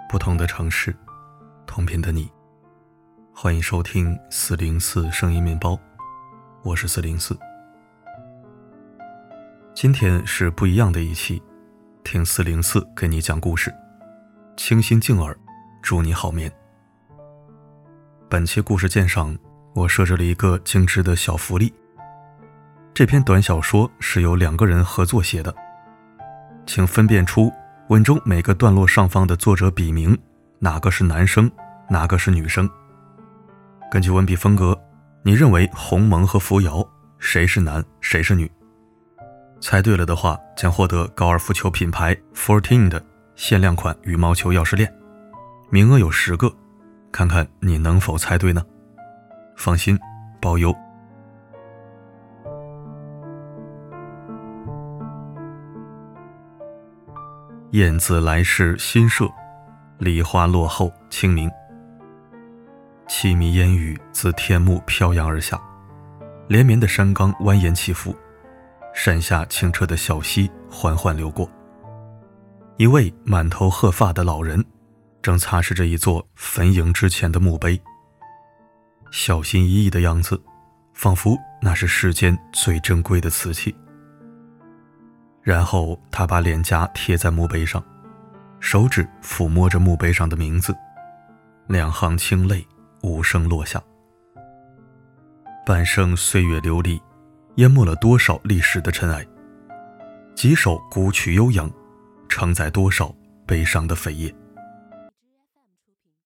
不同的城市，同频的你。欢迎收听404声音面包，我是404。今天是不一样的一期，听404给你讲故事，清新静耳，祝你好眠。本期故事键上，我设置了一个精致的小福利。这篇短小说是由2个人合作写的，请分辨出文中每个段落上方的作者笔名，哪个是男生，哪个是女生。根据文笔风格，你认为鸿蒙和扶摇谁是男谁是女？猜对了的话，将获得高尔夫球品牌 14 的限量款羽毛球钥匙链，名额有10个，看看你能否猜对呢？放心，包邮。燕子来时新社，梨花落后清明。凄迷烟雨自天幕飘扬而下，连绵的山冈蜿蜒起伏，山下清澈的小溪缓缓流过。一位满头褐发的老人正擦拭着一座坟茔之前的墓碑，小心翼翼的样子，仿佛那是世间最珍贵的瓷器。然后他把脸颊贴在墓碑上，手指抚摸着墓碑上的名字，2行清泪无声落下。半生岁月流离，淹没了多少历史的尘埃，几首古曲悠扬，承载多少悲伤的扉页。